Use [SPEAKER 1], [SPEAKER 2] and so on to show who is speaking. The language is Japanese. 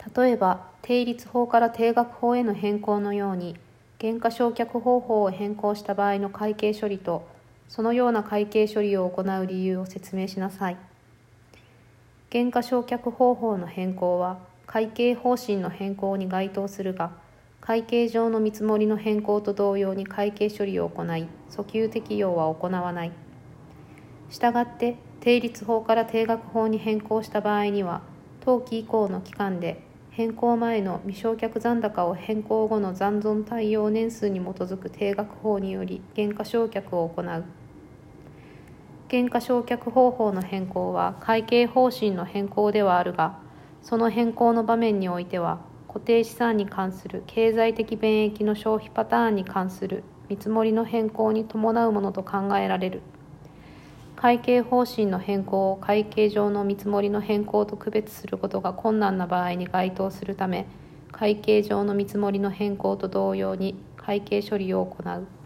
[SPEAKER 1] 例えば、定率法から定額法への変更のように、減価償却方法を変更した場合の会計処理と、そのような会計処理を行う理由を説明しなさい。減価償却方法の変更は、会計方針の変更に該当するが、会計上の見積もりの変更と同様に会計処理を行い、訴求適用は行わない。したがって、定率法から定額法に変更した場合には、当期以降の期間で、変更前の未償却残高を変更後の残存対応年数に基づく定額法により減価償却を行う。減価償却方法の変更は会計方針の変更ではあるが、その変更の場面においては、固定資産に関する経済的便益の消費パターンに関する見積もりの変更に伴うものと考えられる。会計方針の変更を会計上の見積もりの変更と区別することが困難な場合に該当するため、会計上の見積もりの変更と同様に会計処理を行う。